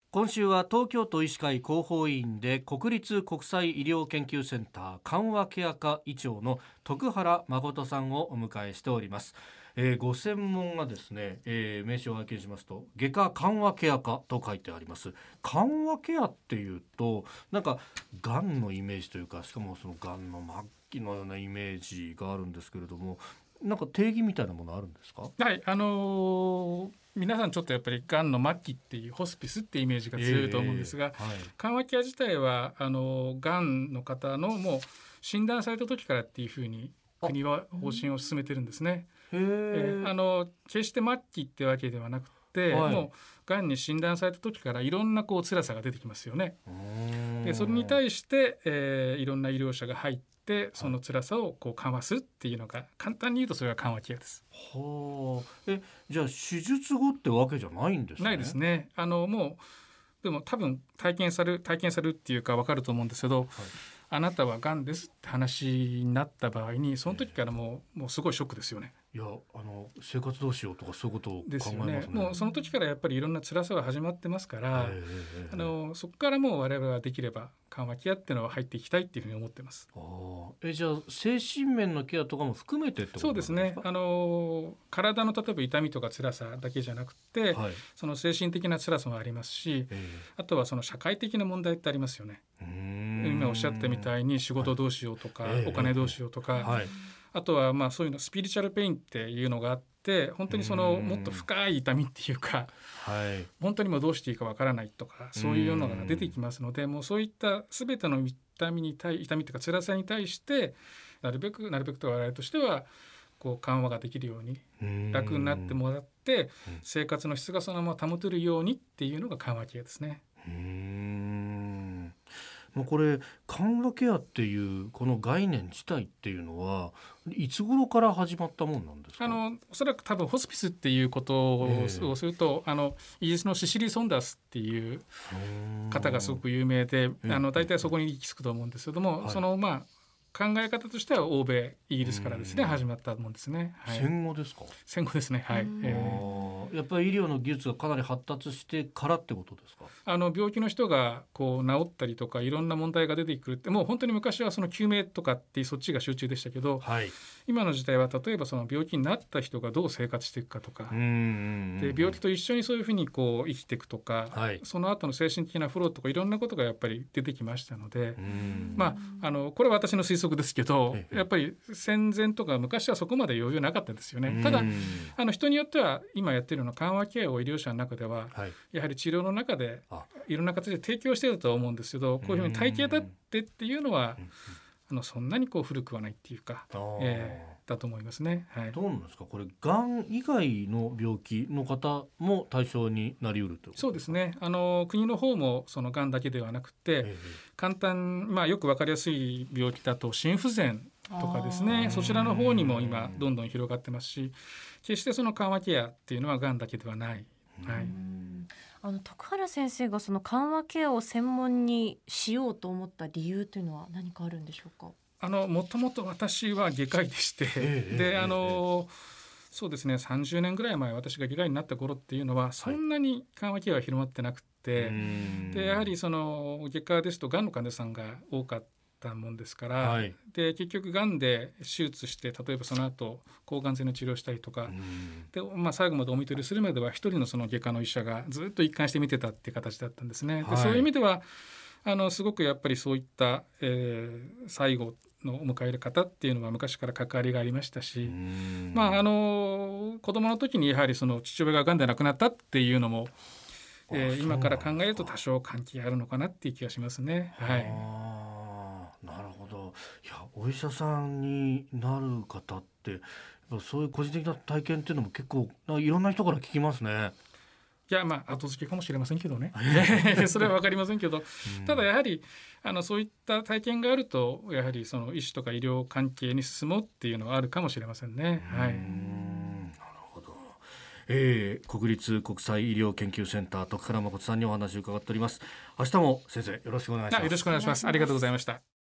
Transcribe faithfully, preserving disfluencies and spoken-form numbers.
今週は東京都医師会広報委員で国立国際医療研究センター緩和ケア科医長の徳原誠さんをお迎えしております。えー、ご専門がですね、えー、名称を拝見しますと外科緩和ケア科と書いてあります。緩和ケアっていうとなんかがんのイメージというか、しかもそのがんの末期のようなイメージがあるんですけれども、なんか定義みたいなものあるんですか？ はい、あのー皆さんちょっとやっぱりがんの末期っていうホスピスっていうイメージが強いと思うんですが、 えーはい、緩和ケア自体はあのがんの方のもう診断された時からっていうふうに国は方針を進めてるんですね。 へー、 えーあの決して末期ってわけではなくて、 はい、 もうがんに診断された時からいろんなこう辛さが出てきますよね。でそれに対して、えーいろんな医療者が入ってその辛さをこう緩和するっていうのが、簡単に言うとそれが緩和ケアです。 はあ、えじゃあ手術後ってわけじゃないんですね。 ないですね。あのもうでも多分体験される体験されるっていうか分かると思うんですけど、はい、あなたはがんですって話になった場合にその時からもう、もうすごいショックですよね。 いやあの生活どうしようとかそういうことを考えますね。 ですよね。もうその時からやっぱりいろんな辛さが始まってますから、えー、あのそこからもう我々はできれば緩和ケアっていうのは入っていきたいっていうふうに思ってます。 あえじゃあ精神面のケアとかも含めてってことなんですか？ そうですね。あの体の例えば痛みとか辛さだけじゃなくて、はい、その精神的な辛さもありますし、えー、あとはその社会的な問題ってありますよね。うーん、今おっしゃったみたいに仕事どうしようとか、はい、お金どうしようとか、えーはい、あとはまあそういうのスピリチュアルペインっていうのがあって、本当にそのもっと深い痛みっていうか、はい、本当にもうどうしていいかわからないとか、そういうのが出てきますので、もうそういった全ての痛みに対痛みというか辛さに対してなるべくなるべくと我々としてはこう緩和ができるように楽になってもらって、生活の質がそのまま保てるようにっていうのが緩和ケアですね。 うーんもうこれ緩和ケアっていうこの概念自体っていうのはいつ頃から始まったもんなんですか？ あのおそらく多分ホスピスっていうことをすると、えー、あのイギリスのシシリー・ソンダースっていう方がすごく有名で、えー、あの大体そこに行き着くと思うんですけども、はい、そのまあ考え方としては欧米イギリスからですね始まったもんですね。 はい、戦後ですか？ 戦後ですね。はい。えー、やっぱり医療の技術がかなり発達してからってことですか？ あの病気の人がこう治ったりとかいろんな問題が出てくるって、もう本当に昔はその救命とかってそっちが集中でしたけど、はい、今の時代は例えばその病気になった人がどう生活していくかとか、うんうんうん、で病気と一緒にそういうふうにこう生きていくとか、はい、その後の精神的なフローとかいろんなことがやっぱり出てきましたので、まあ、あのこれは私の推測ですけど、やっぱり戦前とか昔はそこまで余裕なかったですよね。ただあの人によっては今やっているような緩和ケアを医療者の中では、はい、やはり治療の中でいろんな形で提供しているとは思うんですけど、こういうふうに体系だってっていうのはあのそんなにこう古くはないっていうか、えー、だと思いますね。はい、 どうなんですかこれ、がん以外の病気の方も対象になりうるということですか？ そうですね。あの国の方もそのがんだけではなくて、えー、簡単、まあ、よく分かりやすい病気だと心不全とかですね、そちらの方にも今どんどん広がってますし、決してその緩和ケアっていうのはがんだけではない。はい、 あの徳原先生がその緩和ケアを専門にしようと思った理由というのは何かあるんでしょうか？ あのもともと私は外科医でして、えー、で、えー、あの、えー、そうですねさんじゅうねんぐらい前私が外科医になった頃っていうのはそんなに緩和ケアは広まってなくて、はい、でやはりその外科ですとがんの患者さんが多かったたもんですから、はい、で結局がんで手術して例えばその後抗がん剤の治療したりとかで、まあ、最後までお看取りするまでは一人のその外科の医者がずっと一貫して見てたっていう形だったんですね。で、はい、そういう意味ではあのすごくやっぱりそういった、えー、最後の迎える方っていうのは昔から関わりがありましたし、まあ、あの子供の時にやはりその父親ががんで亡くなったっていうのも、えー、今から考えると多少関係あるのかなっていう気がしますね。はい、 なるほど。いやお医者さんになる方ってやっぱそういう個人的な体験っていうのも結構いろんな人から聞きますね。 いやまあ後付けかもしれませんけどねそれは分かりませんけど、うん、ただやはりあのそういった体験があるとやはりその医師とか医療関係に進もうっていうのはあるかもしれませんね。はい、 うーん、なるほど。えー、国立国際医療研究センター徳原誠さんにお話を伺っております。明日も先生よろしくお願いします。 よろしくお願いします。ありがとうございました。